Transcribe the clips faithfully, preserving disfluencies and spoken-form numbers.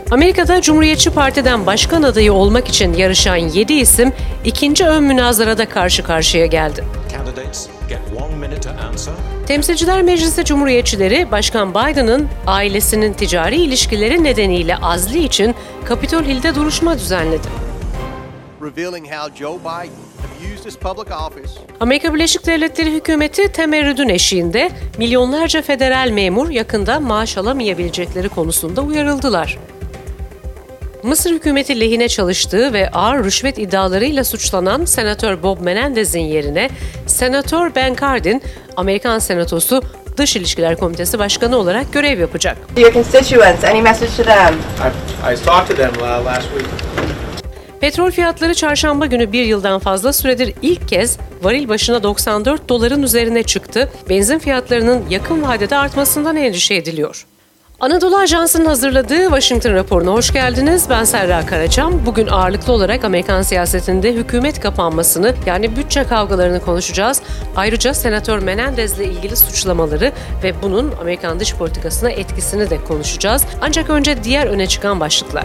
Amerika'da Cumhuriyetçi Parti'den başkan adayı olmak için yarışan yedi isim ikinci ön münazarada karşı karşıya geldi. Temsilciler Meclisi Cumhuriyetçileri, Başkan Biden'ın ailesinin ticari ilişkileri nedeniyle azli için Capitol Hill'de duruşma düzenledi. Amerika Birleşik Devletleri hükümeti temerrüdün eşiğinde milyonlarca federal memur yakında maaş alamayabilecekleri konusunda uyarıldılar. Mısır hükümeti lehine çalıştığı ve ağır rüşvet iddialarıyla suçlanan Senatör Bob Menendez'in yerine Senatör Ben Cardin, Amerikan Senatosu Dış İlişkiler Komitesi Başkanı olarak görev yapacak. Your constituents, any message to them? I, I talked to them uh, last week. Petrol fiyatları çarşamba günü bir yıldan fazla süredir ilk kez varil başına doksan dört doların üzerine çıktı. Benzin fiyatlarının yakın vadede artmasından endişe ediliyor. Anadolu Ajansı'nın hazırladığı Washington raporuna hoş geldiniz. Ben Serra Karaçam. Bugün ağırlıklı olarak Amerikan siyasetinde hükümet kapanmasını, yani bütçe kavgalarını konuşacağız. Ayrıca Senatör Menendez'le ilgili suçlamaları ve bunun Amerikan dış politikasına etkisini de konuşacağız. Ancak önce diğer öne çıkan başlıklar.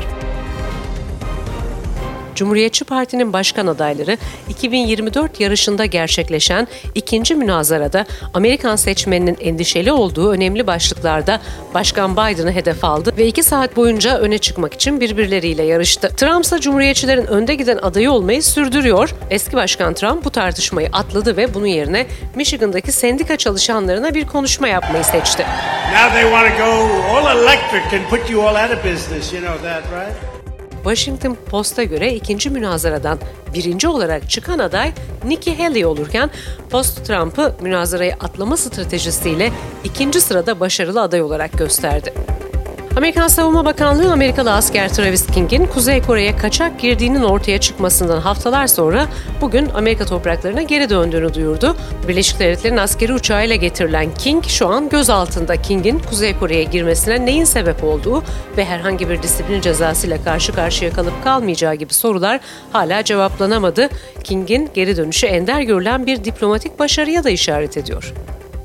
Cumhuriyetçi Parti'nin başkan adayları iki bin yirmi dört yarışında gerçekleşen ikinci münazarada Amerikan seçmeninin endişeli olduğu önemli başlıklarda Başkan Biden'ı hedef aldı ve iki saat boyunca öne çıkmak için birbirleriyle yarıştı. Trump ise Cumhuriyetçilerin önde giden adayı olmayı sürdürüyor. Eski Başkan Trump bu tartışmayı atladı ve bunun yerine Michigan'daki sendika çalışanlarına bir konuşma yapmayı seçti. Now they want to go all electric and put you all out of business, you know that, right? Washington Post'a göre ikinci münazaradan birinci olarak çıkan aday Nikki Haley olurken Post Trump'ı münazarayı atlama stratejisiyle ikinci sırada başarılı aday olarak gösterdi. Amerikan Savunma Bakanlığı, Amerikalı asker Travis King'in Kuzey Kore'ye kaçak girdiğinin ortaya çıkmasından haftalar sonra bugün Amerika topraklarına geri döndüğünü duyurdu. Birleşik Devletler'in askeri uçağıyla getirilen King şu an gözaltında. King'in Kuzey Kore'ye girmesine neyin sebep olduğu ve herhangi bir disiplin cezasıyla karşı karşıya kalıp kalmayacağı gibi sorular hala cevaplanamadı. King'in geri dönüşü ender görülen bir diplomatik başarıya da işaret ediyor.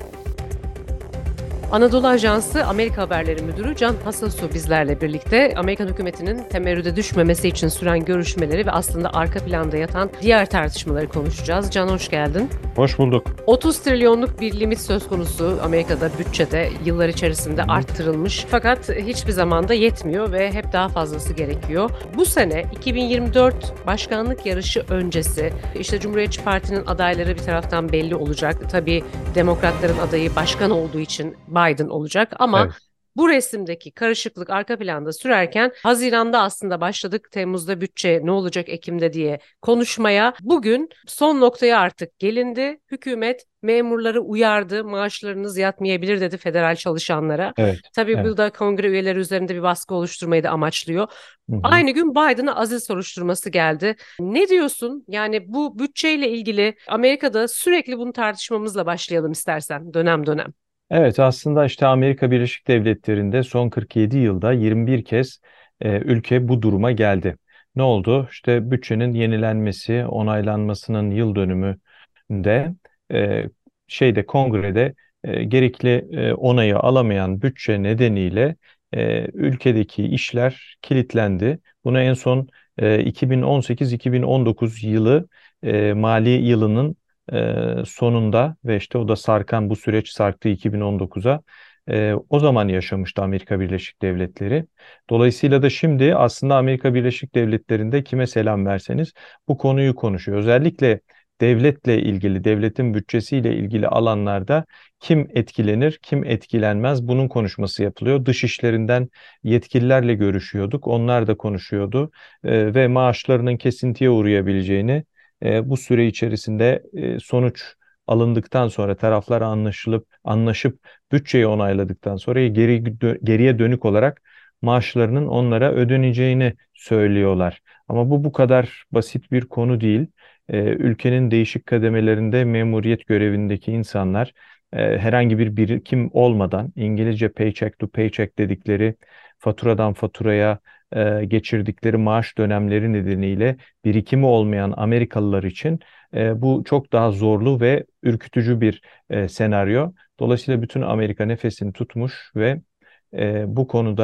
Anadolu Ajansı Amerika Haberleri Müdürü Can Hasasu bizlerle birlikte. Amerikan hükümetinin temerrüde düşmemesi için süren görüşmeleri ve aslında arka planda yatan diğer tartışmaları konuşacağız. Can, hoş geldin. Hoş bulduk. otuz trilyonluk bir limit söz konusu Amerika'da bütçede yıllar içerisinde arttırılmış. Fakat hiçbir zaman da yetmiyor ve hep daha fazlası gerekiyor. Bu sene iki bin yirmi dört başkanlık yarışı öncesi işte Cumhuriyetçi Parti'nin adayları bir taraftan belli olacak. Tabii Demokratların adayı başkan olduğu için Biden olacak ama evet, bu resimdeki karışıklık arka planda sürerken Haziran'da aslında başladık, Temmuz'da bütçe ne olacak Ekim'de diye konuşmaya. Bugün son noktaya artık gelindi. Hükümet memurları uyardı, maaşlarınız yatmayabilir dedi federal çalışanlara. Evet, Tabii evet. bu da kongre üyeleri üzerinde bir baskı oluşturmayı da amaçlıyor. Hı hı. Aynı gün Biden'a aziz soruşturması geldi. Ne diyorsun? Yani bu bütçeyle ilgili Amerika'da sürekli bunu tartışmamızla başlayalım istersen dönem dönem. Evet, aslında işte Amerika Birleşik Devletleri'nde son kırk yedi yılda yirmi bir kez e, ülke bu duruma geldi. Ne oldu? İşte bütçenin yenilenmesi, onaylanmasının yıl dönümünde e, şeyde kongrede e, gerekli e, onayı alamayan bütçe nedeniyle e, ülkedeki işler kilitlendi. Bunu en son e, iki bin on sekiz iki bin on dokuz yılı e, mali yılının e, sonunda ve işte o da sarkan bu süreç sarktı iki bin on dokuza. E, o zaman yaşamıştı Amerika Birleşik Devletleri. Dolayısıyla da şimdi aslında Amerika Birleşik Devletleri'nde kime selam verseniz bu konuyu konuşuyor. Özellikle devletle ilgili, devletin bütçesiyle ilgili alanlarda kim etkilenir, kim etkilenmez bunun konuşması yapılıyor. Dışişlerinden yetkililerle görüşüyorduk, onlar da konuşuyordu e, ve maaşlarının kesintiye uğrayabileceğini, e, bu süre içerisinde e, sonuç alındıktan sonra taraflar anlaşılıp anlaşıp bütçeyi onayladıktan sonra geri geriye dönük olarak maaşlarının onlara ödeneceğini söylüyorlar. Ama bu bu kadar basit bir konu değil. Ee, ülkenin değişik kademelerinde memuriyet görevindeki insanlar e, herhangi bir birikim olmadan İngilizce paycheck to paycheck dedikleri faturadan faturaya e, geçirdikleri maaş dönemleri nedeniyle birikimi olmayan Amerikalılar için e, bu çok daha zorlu ve ürkütücü bir e, senaryo. Dolayısıyla bütün Amerika nefesini tutmuş ve e, bu konuda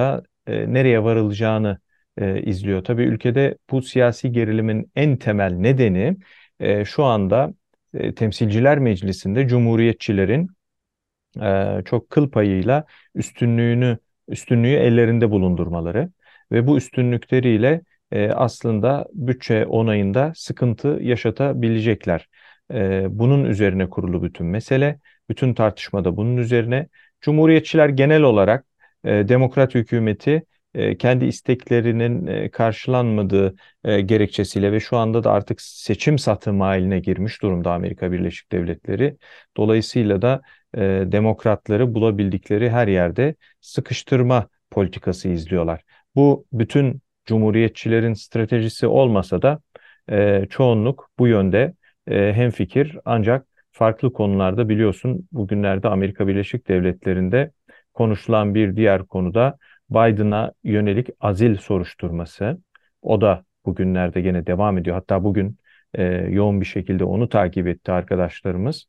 e, nereye varılacağını e, izliyor. Tabii ülkede bu siyasi gerilimin en temel nedeni e, şu anda e, Temsilciler Meclisi'nde Cumhuriyetçilerin e, çok kıl payıyla üstünlüğünü üstünlüğü ellerinde bulundurmaları ve bu üstünlükleriyle e, aslında bütçe onayında sıkıntı yaşatabilecekler. E, bunun üzerine kurulu bütün mesele, bütün tartışmada bunun üzerine. Cumhuriyetçiler genel olarak e, demokrat hükümeti e, kendi isteklerinin e, karşılanmadığı e, gerekçesiyle ve şu anda da artık seçim satımı haline girmiş durumda Amerika Birleşik Devletleri. Dolayısıyla da e, demokratları bulabildikleri her yerde sıkıştırma politikası izliyorlar. Bu bütün cumhuriyetçilerin stratejisi olmasa da e, çoğunluk bu yönde e, hemfikir. Ancak farklı konularda biliyorsun bugünlerde Amerika Birleşik Devletleri'nde konuşulan bir diğer konuda Biden'a yönelik azil soruşturması. O da bugünlerde gene devam ediyor. Hatta bugün e, yoğun bir şekilde onu takip etti arkadaşlarımız.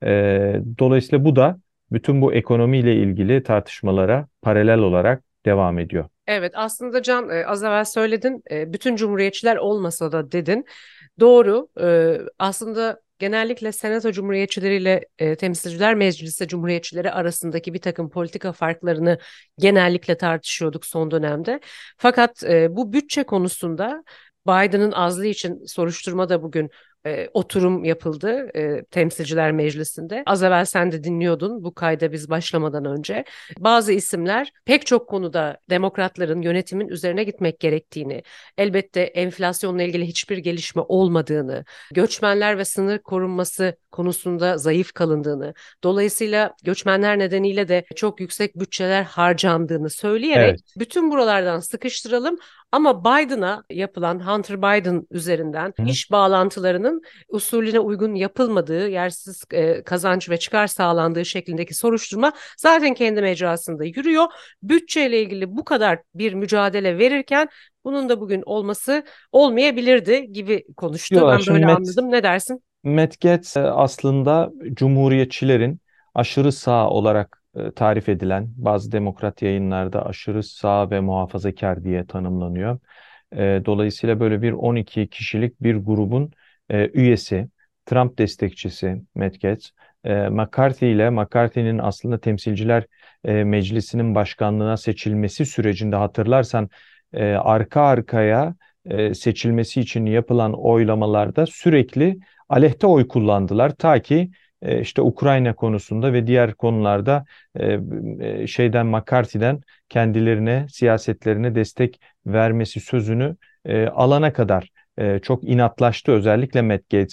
Ee, dolayısıyla bu da bütün bu ekonomiyle ilgili tartışmalara paralel olarak devam ediyor. Evet, aslında Can, e, az evvel söyledin, e, bütün cumhuriyetçiler olmasa da dedin. Doğru. E, aslında genellikle Senato Cumhuriyetçileriyle e, Temsilciler Meclisi Cumhuriyetçileri arasındaki bir takım politika farklarını genellikle tartışıyorduk son dönemde. Fakat e, bu bütçe konusunda Biden'ın azli için soruşturma da bugün e, oturum yapıldı e, Temsilciler Meclisi'nde. Az evvel sen de dinliyordun bu kayda biz başlamadan önce. Bazı isimler pek çok konuda demokratların yönetimin üzerine gitmek gerektiğini, elbette enflasyonla ilgili hiçbir gelişme olmadığını, göçmenler ve sınır korunması konusunda zayıf kalındığını, dolayısıyla göçmenler nedeniyle de çok yüksek bütçeler harcandığını söyleyerek Evet. bütün buralardan sıkıştıralım. Ama Biden'a yapılan Hunter Biden üzerinden Hı. iş bağlantılarının usulüne uygun yapılmadığı, yersiz e, kazanç ve çıkar sağlandığı şeklindeki soruşturma zaten kendi mecrasında yürüyor. Bütçeyle ilgili bu kadar bir mücadele verirken bunun da bugün olması olmayabilirdi gibi konuştu. Diyorlar Ben şimdi böyle Met, anladım. Ne dersin? Matt Gaetz e, aslında cumhuriyetçilerin aşırı sağ olarak e, tarif edilen bazı demokrat yayınlarda aşırı sağ ve muhafazakar diye tanımlanıyor. E, Dolayısıyla böyle bir on iki kişilik bir grubun e, üyesi, Trump destekçisi Matt Gaetz. E, McCarthy ile McCarthy'nin aslında Temsilciler e, Meclisi'nin başkanlığına seçilmesi sürecinde hatırlarsan e, arka arkaya e, seçilmesi için yapılan oylamalarda sürekli aleyhte oy kullandılar ta ki e, işte Ukrayna konusunda ve diğer konularda e, e, şeyden McCarthy'den kendilerine siyasetlerine destek vermesi sözünü e, alana kadar e, çok inatlaştı. Özellikle Matt Gaetz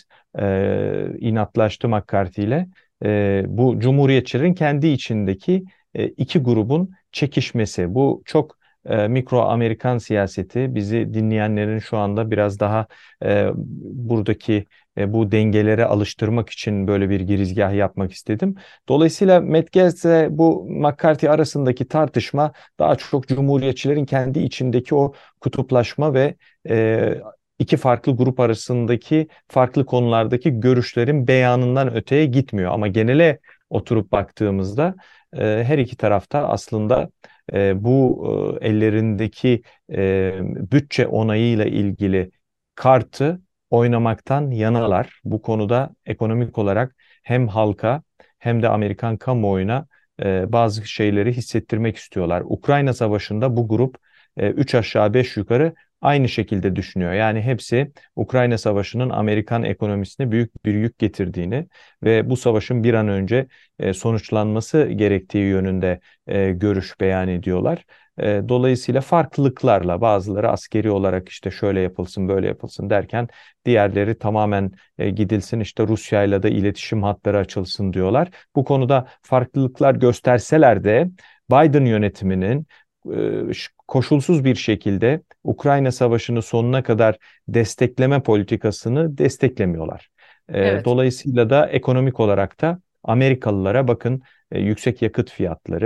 e, inatlaştı McCarthy ile. E, bu Cumhuriyetçilerin kendi içindeki e, iki grubun çekişmesi. Bu çok e, mikro Amerikan siyaseti. Bizi dinleyenlerin şu anda biraz daha e, buradaki e, bu dengelere alıştırmak için böyle bir girizgah yapmak istedim. Dolayısıyla Matt Gaetz'le bu McCarthy arasındaki tartışma daha çok Cumhuriyetçilerin kendi içindeki o kutuplaşma ve e, iki farklı grup arasındaki farklı konulardaki görüşlerin beyanından öteye gitmiyor. Ama genele oturup baktığımızda e, her iki tarafta aslında e, bu e, ellerindeki e, bütçe onayıyla ilgili kartı oynamaktan yanalar. Bu konuda ekonomik olarak hem halka hem de Amerikan kamuoyuna e, bazı şeyleri hissettirmek istiyorlar. Ukrayna Savaşı'nda bu grup e, üç aşağı beş yukarı aynı şekilde düşünüyor. Yani hepsi Ukrayna Savaşı'nın Amerikan ekonomisine büyük bir yük getirdiğini ve bu savaşın bir an önce e, sonuçlanması gerektiği yönünde e, görüş beyan ediyorlar. E, dolayısıyla farklılıklarla bazıları askeri olarak işte şöyle yapılsın böyle yapılsın derken diğerleri tamamen e, gidilsin işte Rusya ile de iletişim hatları açılsın diyorlar. Bu konuda farklılıklar gösterseler de Biden yönetiminin e, koşulsuz bir şekilde Ukrayna Savaşı'nı sonuna kadar destekleme politikasını desteklemiyorlar. E, Evet. dolayısıyla da ekonomik olarak da Amerikalılara bakın e, yüksek yakıt fiyatları,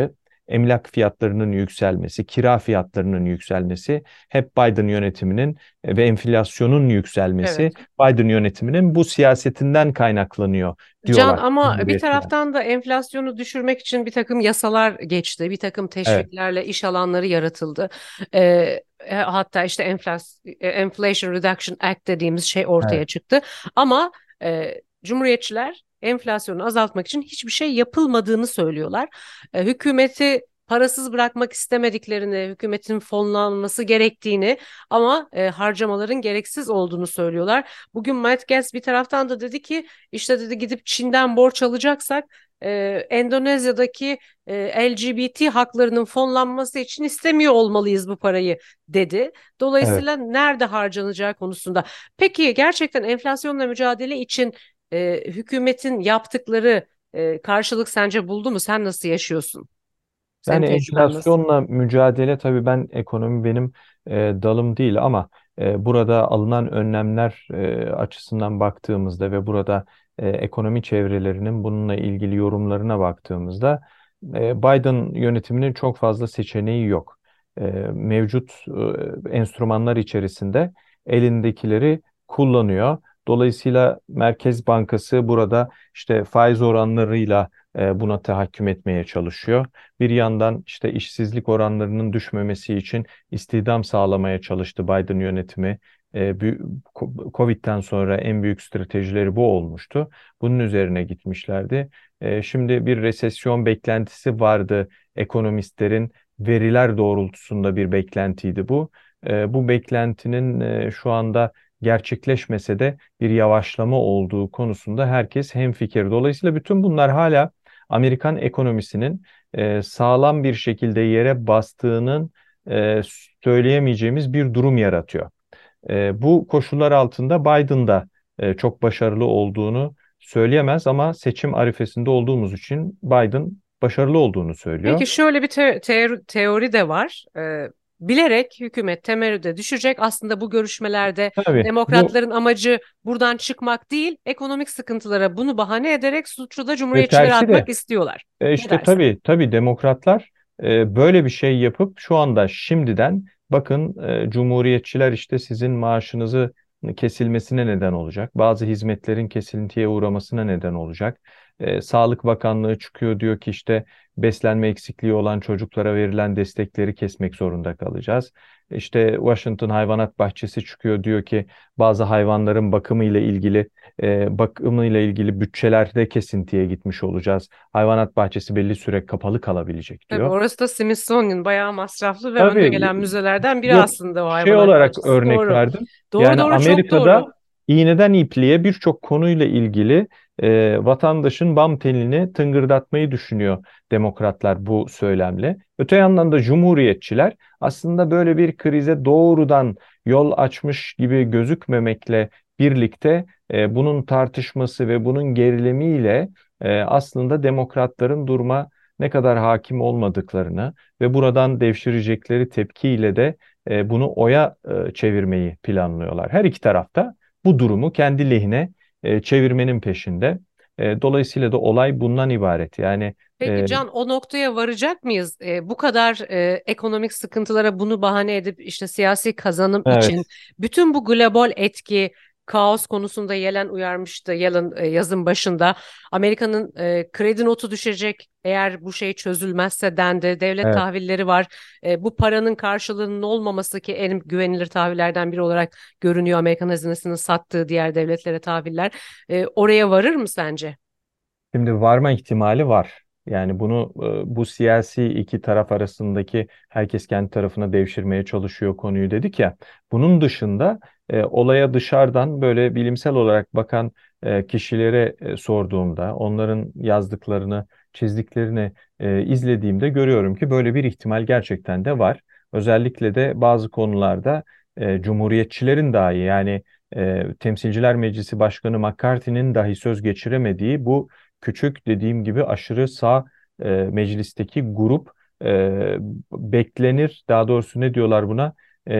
emlak fiyatlarının yükselmesi, kira fiyatlarının yükselmesi hep Biden yönetiminin e, ve enflasyonun yükselmesi Evet. Biden yönetiminin bu siyasetinden kaynaklanıyor Can, diyorlar ama bir Cumhuriyetçiler. taraftan da enflasyonu düşürmek için bir takım yasalar geçti, bir takım Evet, teşviklerle iş alanları yaratıldı. Ee, e, hatta işte enflas e, Inflation Reduction Act dediğimiz şey ortaya evet, çıktı. Ama e, Cumhuriyetçiler enflasyonu azaltmak için hiçbir şey yapılmadığını söylüyorlar. E, hükümeti parasız bırakmak istemediklerini, hükümetin fonlanması gerektiğini ama e, harcamaların gereksiz olduğunu söylüyorlar. Bugün Matt Gaetz bir taraftan da dedi ki, işte dedi, gidip Çin'den borç alacaksak e, Endonezya'daki e, L G B T haklarının fonlanması için istemiyor olmalıyız bu parayı dedi. evet. Dolayısıyla nerede harcanacağı konusunda. Peki gerçekten enflasyonla mücadele için e, hükümetin yaptıkları e, karşılık sence buldu mu? Sen nasıl yaşıyorsun? Senin Yani tecrüben nasıl? enflasyonla mücadele, tabii ben ekonomi benim e, dalım değil ama e, burada alınan önlemler e, açısından baktığımızda ve burada e, ekonomi çevrelerinin bununla ilgili yorumlarına baktığımızda e, Biden yönetiminin çok fazla seçeneği yok. E, mevcut e, enstrümanlar içerisinde elindekileri kullanıyor. Dolayısıyla Merkez Bankası burada işte faiz oranlarıyla e, buna tahakküm etmeye çalışıyor. Bir yandan işte işsizlik oranlarının düşmemesi için istihdam sağlamaya çalıştı Biden yönetimi. E, bü- Ko- Covid'den sonra en büyük stratejileri bu olmuştu. Bunun üzerine gitmişlerdi. E, şimdi bir resesyon beklentisi vardı. Ekonomistlerin veriler doğrultusunda bir beklentiydi bu. E, bu beklentinin e, şu anda gerçekleşmese de bir yavaşlama olduğu konusunda herkes hemfikir. Dolayısıyla bütün bunlar hala Amerikan ekonomisinin e, sağlam bir şekilde yere bastığının e, söyleyemeyeceğimiz bir durum yaratıyor. E, bu koşullar altında Biden da e, çok başarılı olduğunu söyleyemez ama seçim arifesinde olduğumuz için Biden başarılı olduğunu Peki söylüyor. şöyle bir te- teori, teori de var. Ee, bilerek hükümet temerrüde düşecek. Aslında bu görüşmelerde Tabii bu demokratların amacı buradan çıkmak değil, ekonomik sıkıntılara bunu bahane ederek suçu da ve cumhuriyetçilere tersi de atmak istiyorlar. E Ne işte dersin? tabii tabii demokratlar e, böyle bir şey yapıp şu anda şimdiden bakın, e, cumhuriyetçiler işte sizin maaşınızı kesilmesine neden olacak. Bazı hizmetlerin kesintiye uğramasına neden olacak. E, Sağlık Bakanlığı çıkıyor, diyor ki işte beslenme eksikliği olan çocuklara verilen destekleri kesmek zorunda kalacağız. İşte Washington Hayvanat Bahçesi çıkıyor, diyor ki bazı hayvanların bakımı ile ilgili e, bakımı ile ilgili bütçelerde kesintiye gitmiş olacağız. Hayvanat bahçesi belli süre kapalı kalabilecek Tabii diyor. orası da Smithsonian, bayağı masraflı ve önde Tabii gelen müzelerden biri yok, aslında o şey hayvanat olarak bahçesi. örnek Doğru. verdim. Doğru Yani doğru, çok Amerika'da doğru. iğneden ipliğe birçok konuyla ilgili e, vatandaşın bam telini tıngırdatmayı düşünüyor demokratlar bu söylemle. Öte yandan da cumhuriyetçiler aslında böyle bir krize doğrudan yol açmış gibi gözükmemekle birlikte e, bunun tartışması ve bunun gerilimiyle e, aslında demokratların duruma ne kadar hakim olmadıklarını ve buradan devşirecekleri tepkiyle de e, bunu oya e, çevirmeyi planlıyorlar. Her iki tarafta bu durumu kendi lehine e, çevirmenin peşinde. E, dolayısıyla da olay bundan ibaret. Yani Peki e, Can, o noktaya varacak mıyız? Ee, bu kadar e, ekonomik sıkıntılara bunu bahane edip işte siyasi kazanım için evet, bütün bu global etki, kaos konusunda Yellen uyarmıştı, Yellen e, yazın başında. Amerika'nın e, kredi notu düşecek eğer bu şey çözülmezse dendi. Devlet evet. tahvilleri var. E, bu paranın karşılığının olmaması, ki en güvenilir tahvillerden biri olarak görünüyor Amerikan hazinesinin sattığı diğer devletlere tahviller. E, oraya varır mı sence? Şimdi varma ihtimali var. Yani bunu e, bu siyasi iki taraf arasındaki herkes kendi tarafına devşirmeye çalışıyor konuyu dedik ya. Bunun dışında e, olaya dışarıdan böyle bilimsel olarak bakan e, kişilere e, sorduğumda onların yazdıklarını, çizdiklerini e, izlediğimde görüyorum ki böyle bir ihtimal gerçekten de var. Özellikle de bazı konularda e, cumhuriyetçilerin dahi, yani e, Temsilciler Meclisi Başkanı McCarthy'nin dahi söz geçiremediği bu küçük, dediğim gibi aşırı sağ e, meclisteki grup e, beklenir, daha doğrusu ne diyorlar buna, E,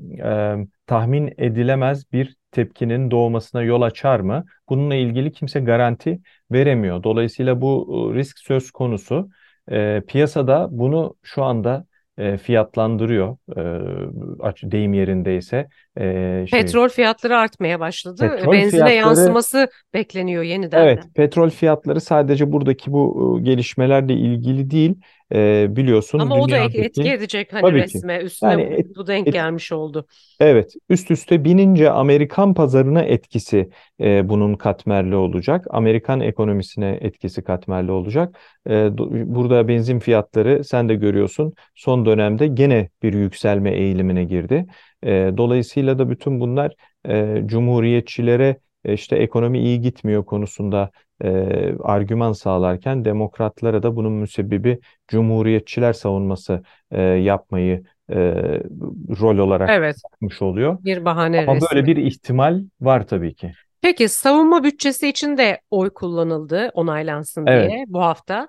e, tahmin edilemez bir tepkinin doğmasına yol açar mı? Bununla ilgili kimse garanti veremiyor. Dolayısıyla bu e, risk söz konusu. E, piyasada bunu şu anda e, fiyatlandırıyor. E, deyim yerindeyse e, şey Petrol fiyatları artmaya başladı. petrol Benzine fiyatları. yansıması bekleniyor yeniden. Evet, petrol fiyatları sadece buradaki bu e, gelişmelerle ilgili değil. E, biliyorsun Ama o da ek- etki dünyadaki, edecek hani tabii ki. resme. Üstüne Yani bu, et, bu denk et- gelmiş oldu. evet, üst üste binince Amerikan pazarına etkisi e, bunun katmerli olacak. Amerikan ekonomisine etkisi katmerli olacak. E, do- burada benzin fiyatları sen de görüyorsun son dönemde gene bir yükselme eğilimine girdi. E, dolayısıyla da bütün bunlar e, cumhuriyetçilere e, işte ekonomi iyi gitmiyor konusunda e, argüman sağlarken demokratlara da bunun müsebbibi cumhuriyetçiler savunması e, yapmayı e, rol olarak Evet, yapmış oluyor. bir bahane Ama böyle resmi. bir ihtimal var tabii ki. Peki savunma bütçesi için de oy kullanıldı onaylansın Evet. diye bu hafta.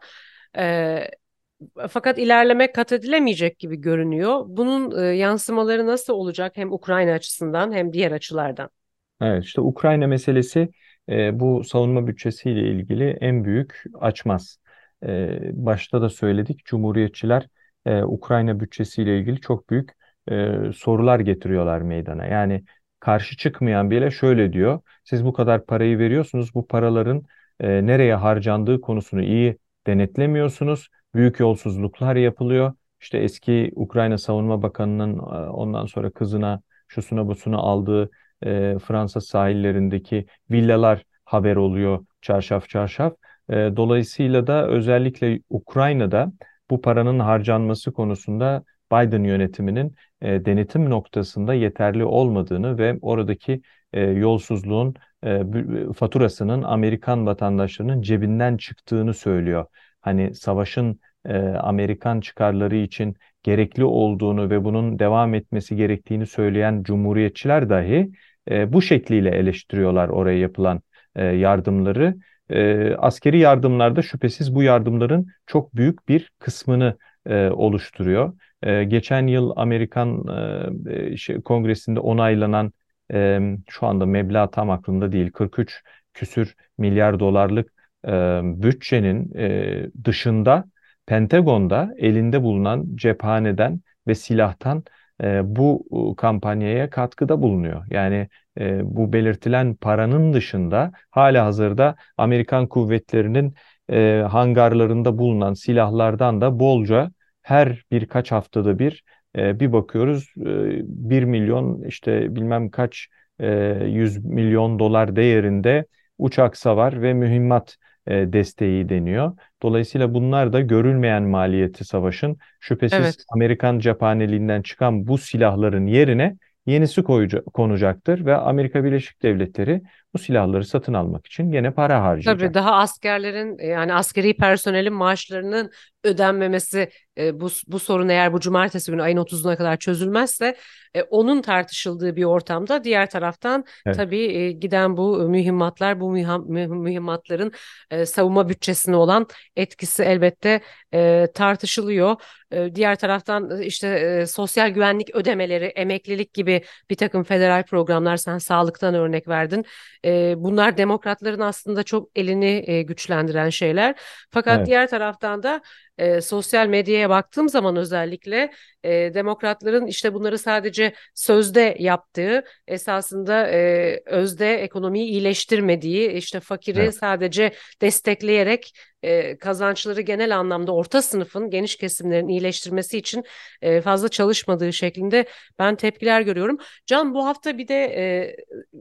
Ee, Fakat ilerleme kat edilemeyecek gibi görünüyor. Bunun e, yansımaları nasıl olacak hem Ukrayna açısından hem diğer açılardan? Evet, işte Ukrayna meselesi e, bu savunma bütçesiyle ilgili en büyük açmaz. E, başta da söyledik, Cumhuriyetçiler e, Ukrayna bütçesiyle ilgili çok büyük e, sorular getiriyorlar meydana. Yani karşı çıkmayan bile şöyle diyor, siz bu kadar parayı veriyorsunuz, bu paraların e, nereye harcandığı konusunu iyi denetlemiyorsunuz, büyük yolsuzluklar yapılıyor. İşte eski Ukrayna Savunma Bakanı'nın e, ondan sonra kızına, şusuna busuna aldığı e, Fransa sahillerindeki villalar haber oluyor çarşaf çarşaf. E, dolayısıyla da özellikle Ukrayna'da bu paranın harcanması konusunda Biden yönetiminin e, denetim noktasında yeterli olmadığını ve oradaki e, yolsuzluğun e, bü- faturasının Amerikan vatandaşlarının cebinden çıktığını söylüyor. Hani savaşın e, Amerikan çıkarları için gerekli olduğunu ve bunun devam etmesi gerektiğini söyleyen cumhuriyetçiler dahi e, bu şekliyle eleştiriyorlar oraya yapılan e, yardımları. E, askeri yardımlarda şüphesiz bu yardımların çok büyük bir kısmını e, oluşturuyor. E, geçen yıl Amerikan e, e, şey, Kongresi'nde onaylanan e, şu anda meblağ tam aklımda değil, kırk üç küsür milyar dolarlık e, bütçenin e, dışında Pentagon'da elinde bulunan cephaneden ve silahtan e, bu e, kampanyaya katkıda bulunuyor. Yani e, bu belirtilen paranın dışında halihazırda Amerikan kuvvetlerinin e, hangarlarında bulunan silahlardan da bolca her birkaç haftada bir e, bir bakıyoruz e, bir milyon işte bilmem kaç e, yüz milyon dolar değerinde uçak savar ve mühimmat e, desteği deniyor. Dolayısıyla bunlar da görülmeyen maliyeti savaşın. Şüphesiz Evet. Amerikan cephaneliğinden çıkan bu silahların yerine yenisi koyuca- konacaktır ve Amerika Birleşik Devletleri bu silahları satın almak için gene para Tabii harcayacak. daha askerlerin e, yani askeri personelin maaşlarının ödenmemesi e, bu bu sorun eğer bu cumartesi günü ayın otuzuna kadar çözülmezse e, onun tartışıldığı bir ortamda diğer taraftan Evet. tabii e, giden bu mühimmatlar bu mühim, mühim- mühimmatların e, savunma bütçesine olan etkisi elbette e, tartışılıyor. E, diğer taraftan e, işte e, sosyal güvenlik ödemeleri, emeklilik gibi bir takım federal programlar sen sağlıktan örnek verdin. E, bunlar demokratların aslında çok elini e, güçlendiren şeyler. Fakat Evet. diğer taraftan da e, sosyal medyaya baktığım zaman özellikle e, demokratların işte bunları sadece sözde yaptığı, esasında e, özde ekonomiyi iyileştirmediği, işte fakiri Evet. sadece destekleyerek e, kazançları genel anlamda orta sınıfın geniş kesimlerin iyileştirmesi için e, fazla çalışmadığı şeklinde ben tepkiler görüyorum. Can bu hafta bir de e,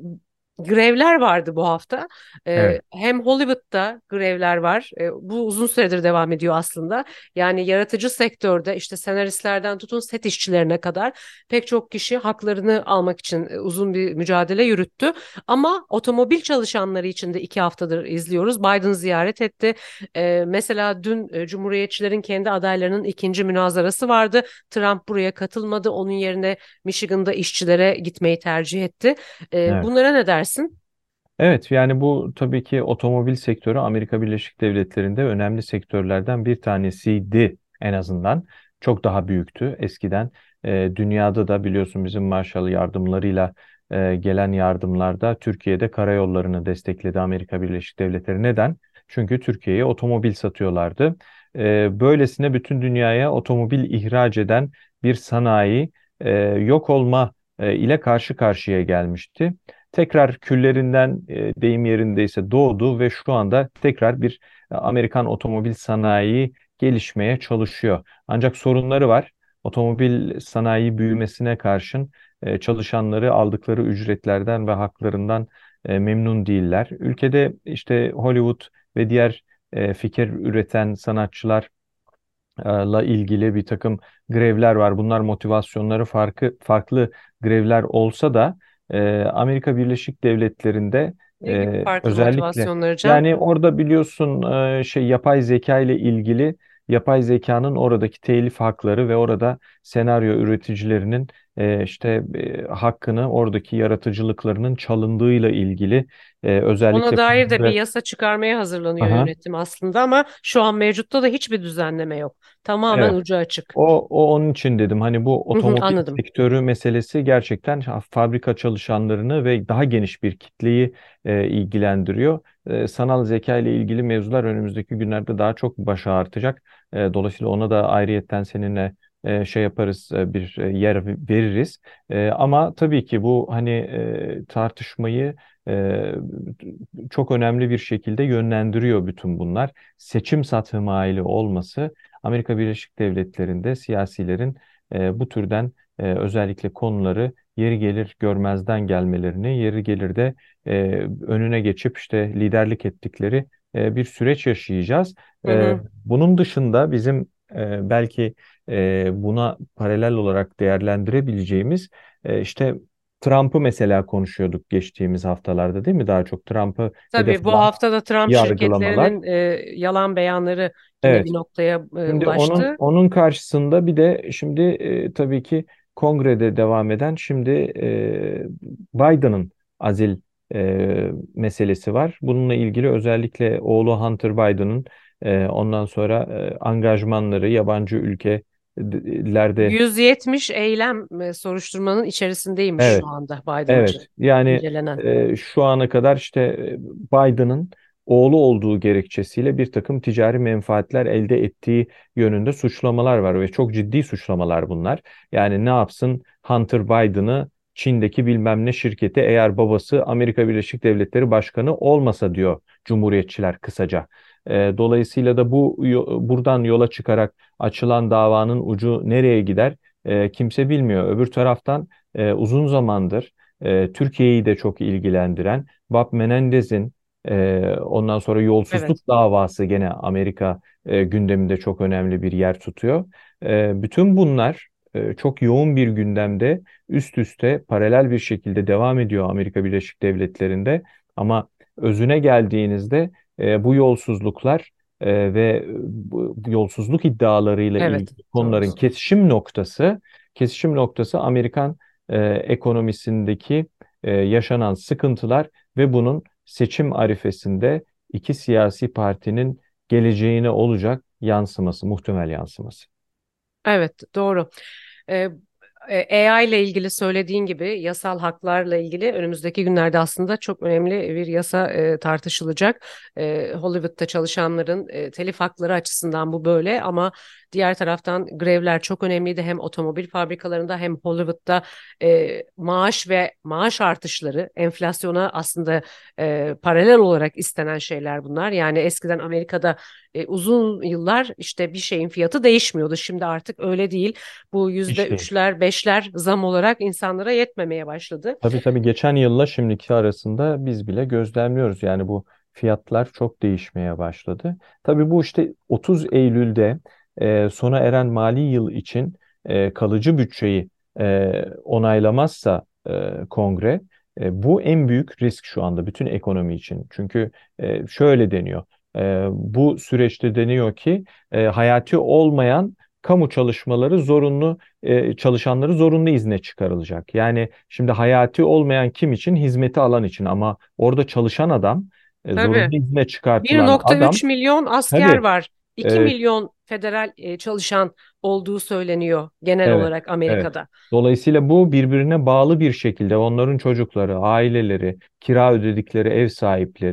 grevler vardı bu hafta. Ee, Evet. hem Hollywood'da grevler var. Ee, bu uzun süredir devam ediyor aslında. Yani yaratıcı sektörde işte senaristlerden tutun set işçilerine kadar pek çok kişi haklarını almak için e, uzun bir mücadele yürüttü. Ama otomobil çalışanları için de iki haftadır izliyoruz. Biden ziyaret etti. Ee, mesela dün e, Cumhuriyetçilerin kendi adaylarının ikinci münazarası vardı. Trump buraya katılmadı. Onun yerine Michigan'da işçilere gitmeyi tercih etti. Ee, Evet. bunlara ne dersin? Evet, yani bu tabii ki otomobil sektörü Amerika Birleşik Devletleri'nde önemli sektörlerden bir tanesiydi en azından. Çok daha büyüktü eskiden. E, dünyada da biliyorsun bizim Marshall yardımlarıyla e, gelen yardımlarda Türkiye'de karayollarını destekledi Amerika Birleşik Devletleri. Neden? Çünkü Türkiye'ye otomobil satıyorlardı. e, böylesine bütün dünyaya otomobil ihraç eden bir sanayi e, yok olma e, ile karşı karşıya gelmişti. Tekrar küllerinden e, deyim yerindeyse doğdu ve şu anda tekrar bir e, Amerikan otomobil sanayi gelişmeye çalışıyor. Ancak sorunları var. Otomobil sanayi büyümesine karşın e, çalışanları aldıkları ücretlerden ve haklarından e, memnun değiller. Ülkede işte Hollywood ve diğer e, fikir üreten sanatçılar la ilgili bir takım grevler var. Bunlar motivasyonları farklı farklı grevler olsa da e, Amerika Birleşik Devletleri'nde Ne gibi e, farklı özellikle motivasyonları Can? yani orada biliyorsun e, şey yapay zeka ile ilgili yapay zekanın oradaki telif hakları ve orada senaryo üreticilerinin e, işte e, hakkını oradaki yaratıcılıklarının çalındığıyla ilgili e, Ona özellikle dair de bir Kongre. yasa çıkarmaya hazırlanıyor Aha, yönetim aslında ama şu an mevcutta da hiçbir düzenleme yok. Tamamen evet. ucu açık. O, o onun için dedim. Hani bu Hı hı, otomobil anladım. sektörü meselesi gerçekten ha- fabrika çalışanlarını ve daha geniş bir kitleyi e, ilgilendiriyor. E, sanal zeka ile ilgili mevzular önümüzdeki günlerde daha çok başa artacak. E, dolayısıyla ona da ayrıyetten seninle e, şey yaparız, e, bir e, yer veririz. E, ama tabii ki bu hani e, tartışmayı e, çok önemli bir şekilde yönlendiriyor bütün bunlar. Seçim satımı olması Amerika Birleşik Devletleri'nde siyasilerin e, bu türden e, özellikle konuları yeri gelir görmezden gelmelerini, yeri gelir de e, önüne geçip işte liderlik ettikleri e, bir süreç yaşayacağız. Hı E, hı. bunun dışında bizim e, belki e, buna paralel olarak değerlendirebileceğimiz e, işte Trump'ı mesela konuşuyorduk geçtiğimiz haftalarda değil mi? Daha çok Trump'ı hedef Tabii bu alan hafta da Trump yargılamalar. şirketlerinin e, yalan beyanları yine bir Evet. noktaya e, Şimdi onun ulaştı. onun karşısında bir de şimdi e, tabii ki Kongre'de devam eden şimdi e, Biden'ın azil e, meselesi var. Bununla ilgili özellikle oğlu Hunter Biden'ın e, ondan sonra e, angajmanları yabancı ülkelerde. yüz yetmiş eylem e, soruşturmanın içerisindeymiş Evet. şu anda Biden Evet, için yani incelenen. e, şu ana kadar işte e, Biden'ın oğlu olduğu gerekçesiyle bir takım ticari menfaatler elde ettiği yönünde suçlamalar var ve çok ciddi suçlamalar bunlar. Yani ne yapsın Hunter Biden'ı Çin'deki bilmem ne şirketi eğer babası Amerika Birleşik Devletleri Başkanı olmasa diyor Cumhuriyetçiler kısaca. E, dolayısıyla da bu yo- buradan yola çıkarak açılan davanın ucu nereye gider e, kimse bilmiyor. Öbür taraftan e, uzun zamandır e, Türkiye'yi de çok ilgilendiren Bob Menendez'in e, ondan sonra Evet. yolsuzluk davası gene Amerika e, gündeminde çok önemli bir yer tutuyor. E, bütün bunlar e, çok yoğun bir gündemde üst üste paralel bir şekilde devam ediyor Amerika Birleşik Devletleri'nde. Ama özüne geldiğinizde e, bu yolsuzluklar e, ve bu bu yolsuzluk iddialarıyla Evet. ilgili Doğru konuların söylüyorsun. kesişim noktası kesişim noktası Amerikan e, ekonomisindeki e, yaşanan sıkıntılar ve bunun seçim arifesinde iki siyasi partinin geleceğine olacak yansıması, muhtemel yansıması. Evet, doğru. Ee, e, A I ile ilgili söylediğin gibi yasal haklarla ilgili önümüzdeki günlerde aslında çok önemli bir yasa e, tartışılacak. E, Hollywood'da çalışanların e, telif hakları açısından bu böyle ama diğer taraftan grevler çok önemliydi. Hem otomobil fabrikalarında hem Hollywood'da e, maaş ve maaş artışları enflasyona aslında e, paralel olarak istenen şeyler bunlar. Yani eskiden Amerika'da e, uzun yıllar işte bir şeyin fiyatı değişmiyordu. Şimdi artık öyle değil. Bu yüzde Hiç değil. üçler, beşler zam olarak insanlara yetmemeye başladı. Tabii tabii geçen yılla şimdiki arasında biz bile gözlemliyoruz. Yani bu fiyatlar çok değişmeye başladı. Tabii bu işte otuz Eylül'de e, sona eren mali yıl için e, kalıcı bütçeyi e, onaylamazsa e, Kongre e, bu en büyük risk şu anda bütün ekonomi için. Çünkü e, şöyle deniyor. E, bu süreçte deniyor ki e, hayati olmayan kamu çalışmaları zorunlu e, çalışanları zorunlu izne çıkarılacak. Yani şimdi hayati olmayan kim için? Hizmeti alan için ama orada çalışan adam, e, Tabii. zorunlu izne çıkartılan bir nokta üç adam milyon asker tabii var. iki e, milyon federal e, çalışan olduğu söyleniyor genel evet, olarak evet. Amerika'da. Dolayısıyla bu birbirine bağlı bir şekilde onların çocukları, aileleri, kira ödedikleri ev sahipleri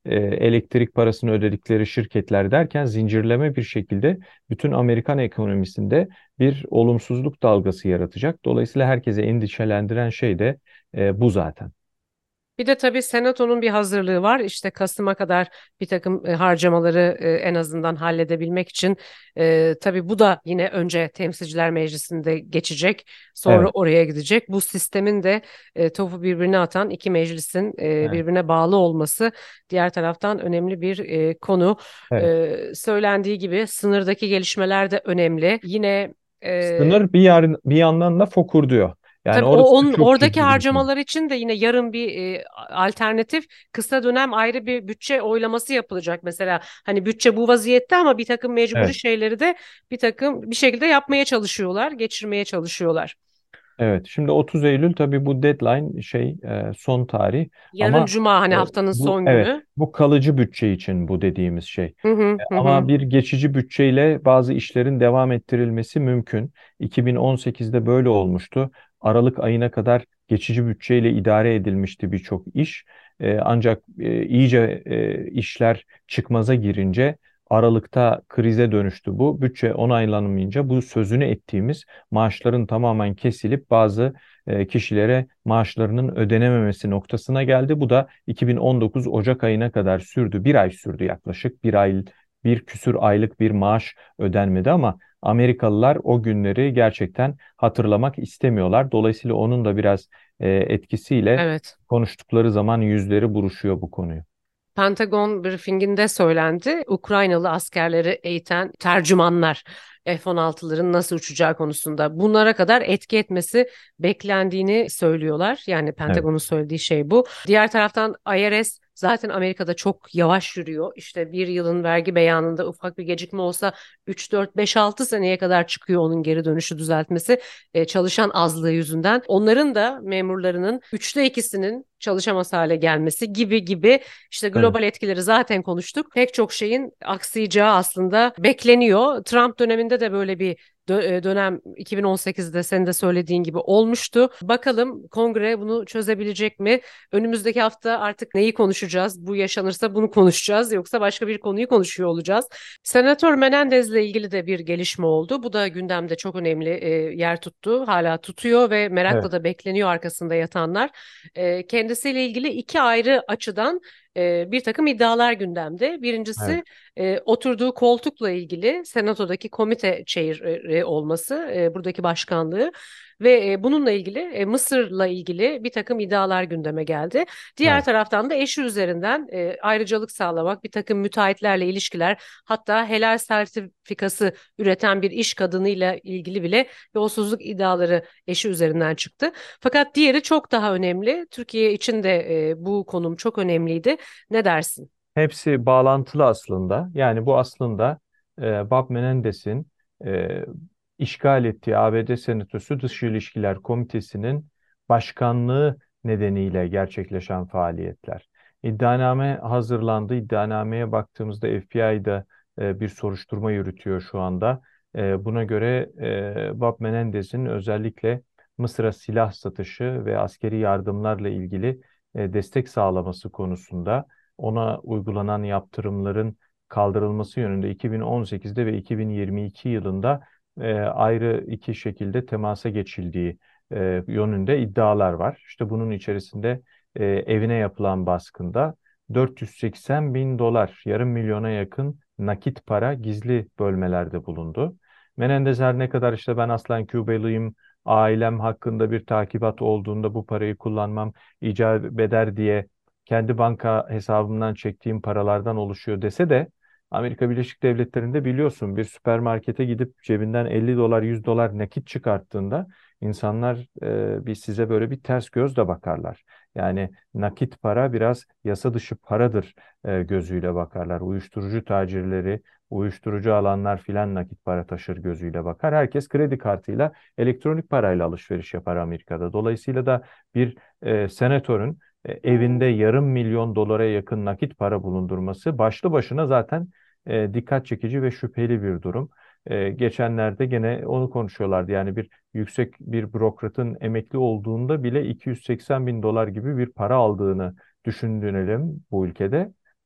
e, elektrik parasını ödedikleri şirketler derken zincirleme bir şekilde bütün Amerikan ekonomisinde bir olumsuzluk dalgası yaratacak. Dolayısıyla herkese endişelendiren şey de e, bu zaten. Bir de tabii Senato'nun bir hazırlığı var. İşte Kasım'a kadar bir takım e, harcamaları e, en azından halledebilmek için e, tabii bu da yine önce Temsilciler Meclisi'nde geçecek, sonra Evet, oraya gidecek. Bu sistemin de e, topu birbirine atan iki meclisin e, evet, birbirine bağlı olması diğer taraftan önemli bir e, konu. evet. E, söylendiği gibi sınırdaki gelişmeler de önemli. Yine e, Sınır bir yer, bir yandan da fokurduyor. Yani Tabii o orası da onun çok oradaki ciddi bir konu. harcamalar için de yine yarın bir e, alternatif kısa dönem ayrı bir bütçe oylaması yapılacak. Mesela hani bütçe bu vaziyette ama bir takım mecburi Evet. şeyleri de bir takım bir şekilde yapmaya çalışıyorlar, geçirmeye çalışıyorlar. Evet, şimdi otuz Eylül tabii bu deadline şey e, son tarih Yarın ama Cuma hani e, haftanın bu son evet günü. bu kalıcı bütçe için bu dediğimiz şey. Hı hı hı. Ama Hı. bir geçici bütçeyle bazı işlerin devam ettirilmesi mümkün. iki bin on sekizde böyle olmuştu. Aralık ayına kadar geçici bütçeyle idare edilmişti birçok iş. E, ancak e, iyice e, işler çıkmaza girince Aralıkta krize dönüştü bu. Bütçe onaylanmayınca bu sözünü ettiğimiz maaşların tamamen kesilip bazı e, kişilere maaşlarının ödenememesi noktasına geldi. Bu da iki bin on dokuz Ocak ayına kadar sürdü. Bir ay sürdü yaklaşık. Bir ay, bir küsür aylık bir maaş ödenmedi ama Amerikalılar o günleri gerçekten hatırlamak istemiyorlar. Dolayısıyla onun da biraz e, etkisiyle Evet. konuştukları zaman yüzleri buruşuyor bu konuyu. Pentagon briefinginde söylendi. Ukraynalı askerleri eğiten tercümanlar F on altıların nasıl uçacağı konusunda bunlara kadar etki etmesi beklendiğini söylüyorlar. Yani Evet. Pentagon'un söylediği şey bu. Diğer taraftan I R S zaten Amerika'da çok yavaş yürüyor. İşte bir yılın vergi beyanında ufak bir gecikme olsa üç, dört, beş, altı seneye kadar çıkıyor onun geri dönüşü düzeltmesi e, çalışan azlığı yüzünden. Onların da memurlarının üçte ikisinin çalışamaz hale gelmesi gibi gibi işte Evet. global etkileri zaten konuştuk. Pek çok şeyin aksayacağı aslında bekleniyor. Trump döneminde de böyle bir dö- e, dönem iki bin on sekizde senin de söylediğin gibi olmuştu. Bakalım Kongre bunu çözebilecek mi? Önümüzdeki hafta artık neyi konuşacağız? Bu yaşanırsa bunu konuşacağız yoksa başka bir konuyu konuşuyor olacağız. Senatör Menendez'le ilgili de bir gelişme oldu. Bu da gündemde çok önemli e, yer tuttu. Hala tutuyor ve merakla Evet. da bekleniyor arkasında yatanlar. E, kendisiyle ilgili iki ayrı açıdan e, bir takım iddialar gündemde. Evet. Birincisi e, oturduğu koltukla ilgili Senato'daki komite chair'i olması, e, buradaki başkanlığı ve e, bununla ilgili e, Mısır'la ilgili bir takım iddialar gündeme geldi. Diğer Evet. taraftan da eşi üzerinden e, ayrıcalık sağlamak, bir takım müteahhitlerle ilişkiler, hatta helal sertifikası üreten bir iş kadınıyla ilgili bile yolsuzluk iddiaları eşi üzerinden çıktı. Fakat diğeri çok daha önemli. Türkiye için de e, bu konum çok önemliydi. Ne dersin? Hepsi bağlantılı aslında. Yani bu aslında e, Bob Menendez'in e, işgal ettiği A B D Senatosu Dış İlişkiler Komitesi'nin başkanlığı nedeniyle gerçekleşen faaliyetler. İddianame hazırlandı. İddianameye baktığımızda F B I'da e, bir soruşturma yürütüyor şu anda. E, buna göre e, Bob Menendez'in özellikle Mısır'a silah satışı ve askeri yardımlarla ilgili e, destek sağlaması konusunda ona uygulanan yaptırımların kaldırılması yönünde iki bin on sekizde ve iki bin yirmi iki yılında e, ayrı iki şekilde temasa geçildiği e, yönünde iddialar var. İşte bunun içerisinde e, evine yapılan baskında dört yüz seksen bin dolar, yarım milyona yakın nakit para gizli bölmelerde bulundu. Menendez her ne kadar işte ben aslen Kübalıyım, ailem hakkında bir takibat olduğunda bu parayı kullanmam icap eder diye kendi banka hesabımdan çektiğim paralardan oluşuyor dese de Amerika Birleşik Devletleri'nde biliyorsun bir süpermarkete gidip cebinden elli dolar yüz dolar nakit çıkarttığında insanlar e, bir size böyle bir ters gözle bakarlar. Yani nakit para biraz yasa dışı paradır e, gözüyle bakarlar. Uyuşturucu tacirleri, uyuşturucu alanlar filan nakit para taşır gözüyle bakar. Herkes kredi kartıyla, elektronik parayla alışveriş yapar Amerika'da. Dolayısıyla da bir e, senatörün e, evinde yarım milyon dolara yakın nakit para bulundurması başlı başına zaten e, dikkat çekici ve şüpheli bir durum. E, geçenlerde gene onu konuşuyorlardı. Yani bir yüksek bir bürokratın emekli olduğunda bile iki yüz seksen bin dolar gibi bir para aldığını düşünelim bu ülkede.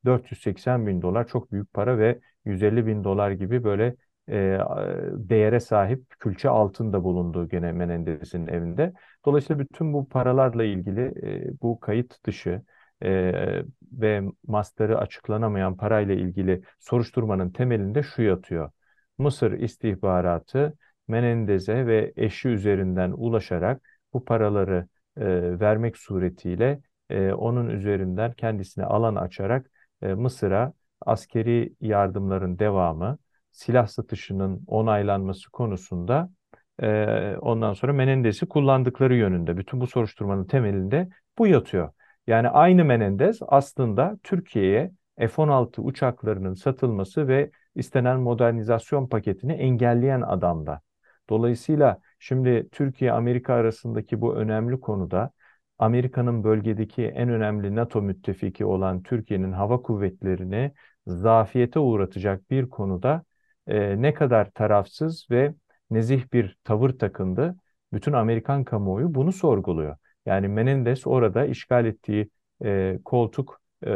dört yüz seksen bin dolar çok büyük para ve yüz elli bin dolar gibi böyle e, değere sahip külçe altın da bulunduğu gene Menendez'in evinde. Dolayısıyla bütün bu paralarla ilgili e, bu kayıt dışı e, ve mastarı açıklanamayan parayla ilgili soruşturmanın temelinde şu yatıyor. Mısır istihbaratı Menendez'e ve eşi üzerinden ulaşarak bu paraları e, vermek suretiyle e, onun üzerinden kendisine alan açarak e, Mısır'a askeri yardımların devamı, silah satışının onaylanması konusunda e, ondan sonra Menendez'i kullandıkları yönünde. Bütün bu soruşturmanın temelinde bu yatıyor. Yani aynı Menendez aslında Türkiye'ye F on altı uçaklarının satılması ve istenen modernizasyon paketini engelleyen adamda. Dolayısıyla şimdi Türkiye-Amerika arasındaki bu önemli konuda Amerika'nın bölgedeki en önemli NATO müttefiki olan Türkiye'nin hava kuvvetlerini zafiyete uğratacak bir konuda e, ne kadar tarafsız ve nezih bir tavır takındı. Bütün Amerikan kamuoyu bunu sorguluyor. Yani Menendez orada işgal ettiği e, koltuk e,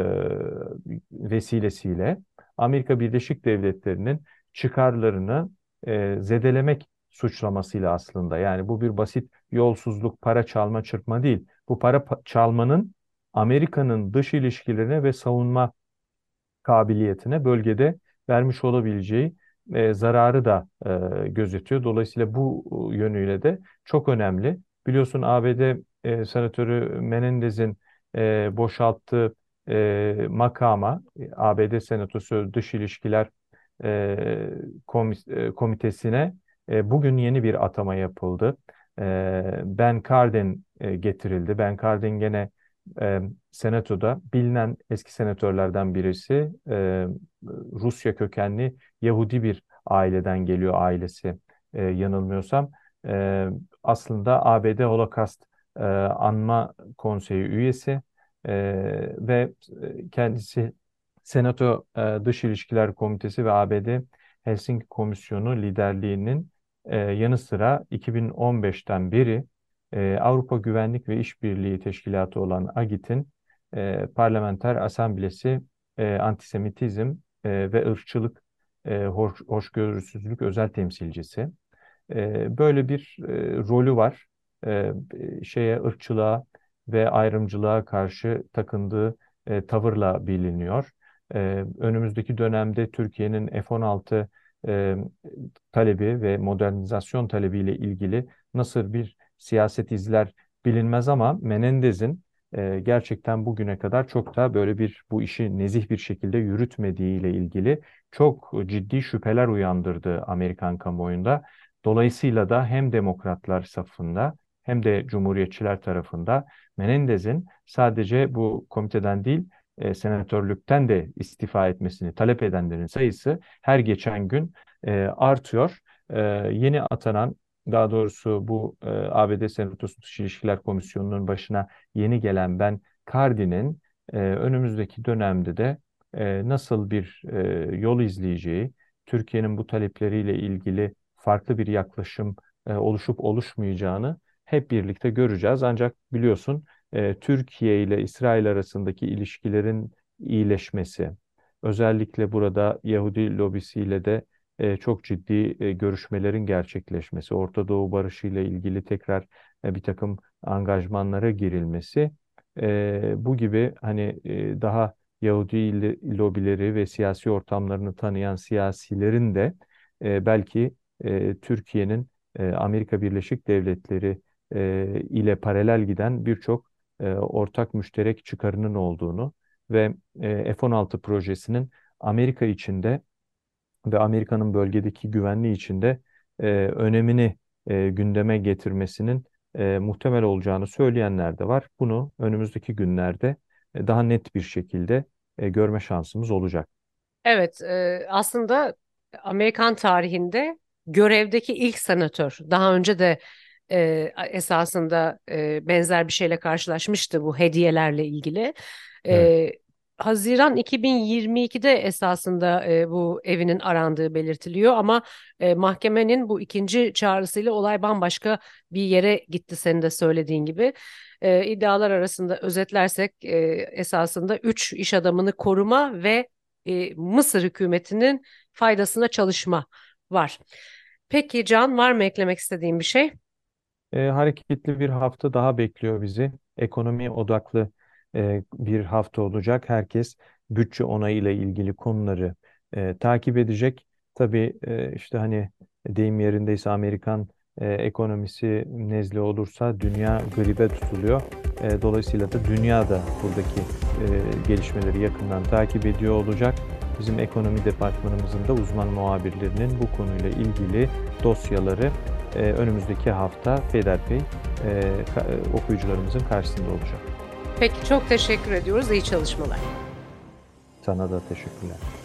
vesilesiyle Amerika Birleşik Devletleri'nin çıkarlarını e, zedelemek suçlamasıyla aslında. Yani bu bir basit yolsuzluk, para çalma, çırpma değil. Bu para pa- çalmanın Amerika'nın dış ilişkilerine ve savunma kabiliyetine bölgede vermiş olabileceği e, zararı da e, gözetiyor. Dolayısıyla bu e, yönüyle de çok önemli. Biliyorsun A B D e, Senatörü Menendez'in e, boşalttığı e, makama e, A B D Senatosu Dış İlişkiler e, komis- e, Komitesi'ne e, bugün yeni bir atama yapıldı. E, Ben Cardin e, getirildi. Ben Cardin gene e, Senato'da bilinen eski senatörlerden birisi, e, Rusya kökenli Yahudi bir aileden geliyor ailesi, e, yanılmıyorsam. E, Aslında A B D Holocaust e, Anma Konseyi üyesi e, ve kendisi Senato e, Dış İlişkiler Komitesi ve A B D Helsinki Komisyonu liderliğinin e, yanı sıra iki bin on beşten beri e, Avrupa Güvenlik ve İşbirliği Teşkilatı olan A G İ T'in e, Parlamenter Asamblesi e, Antisemitizm e, ve Irkçılık, e, hoş, Hoşgörüsüzlük özel temsilcisi. E, böyle bir e, rolü var. E, şeye ırkçılığa ve ayrımcılığa karşı takındığı e, tavırla biliniyor. E, önümüzdeki dönemde Türkiye'nin F on altı e, talebi ve modernizasyon talebiyle ilgili nasıl bir siyaset izler bilinmez ama Menendez'in e, gerçekten bugüne kadar çok da böyle bir bu işi nezih bir şekilde yürütmediği ile ilgili çok ciddi şüpheler uyandırdı Amerikan kamuoyunda. Dolayısıyla da hem demokratlar safında hem de cumhuriyetçiler tarafında Menendez'in sadece bu komiteden değil, e, senatörlükten de istifa etmesini talep edenlerin sayısı her geçen gün e, artıyor. E, Yeni atanan, daha doğrusu bu e, A B D Senatosu Dış İlişkiler Komisyonu'nun başına yeni gelen Ben Cardin'in e, önümüzdeki dönemde de e, nasıl bir e, yol izleyeceği, Türkiye'nin bu talepleriyle ilgili farklı bir yaklaşım e, oluşup oluşmayacağını hep birlikte göreceğiz. Ancak biliyorsun e, Türkiye ile İsrail arasındaki ilişkilerin iyileşmesi, özellikle burada Yahudi lobisiyle de e, çok ciddi e, görüşmelerin gerçekleşmesi, Orta Doğu barışı ile ilgili tekrar e, bir takım angajmanlara girilmesi, e, bu gibi hani e, daha Yahudi li- lobileri ve siyasi ortamlarını tanıyan siyasilerin de e, belki e, Türkiye'nin e, Amerika Birleşik Devletleri e, ile paralel giden birçok e, ortak müşterek çıkarının olduğunu ve e, F on altı projesinin Amerika içinde ve Amerika'nın bölgedeki güvenliği içinde e, önemini e, gündeme getirmesinin e, muhtemel olacağını söyleyenler de var. Bunu önümüzdeki günlerde e, daha net bir şekilde e, görme şansımız olacak. Evet, e, aslında Amerikan tarihinde görevdeki ilk senatör. Daha önce de e, esasında e, benzer bir şeyle karşılaşmıştı bu hediyelerle ilgili. Evet. E, Haziran iki bin yirmi ikide esasında e, bu evinin arandığı belirtiliyor ama e, mahkemenin bu ikinci çağrısıyla olay bambaşka bir yere gitti senin de söylediğin gibi. E, iddialar arasında özetlersek e, esasında üç iş adamını koruma ve e, Mısır hükümetinin faydasına çalışma var. Peki Can, var mı eklemek istediğin bir şey? E, hareketli bir hafta daha bekliyor bizi. Ekonomi odaklı e, bir hafta olacak. Herkes bütçe onayı ile ilgili konuları e, takip edecek. Tabii e, işte hani deyim yerindeyse Amerikan e, ekonomisi nezle olursa dünya gribe tutuluyor. E, dolayısıyla da dünya da buradaki e, gelişmeleri yakından takip ediyor olacak. Bizim ekonomi departmanımızın da uzman muhabirlerinin bu konuyla ilgili dosyaları e, önümüzdeki hafta peyderpey e, ka- okuyucularımızın karşısında olacak. Peki çok teşekkür ediyoruz. İyi çalışmalar. Sana da teşekkürler.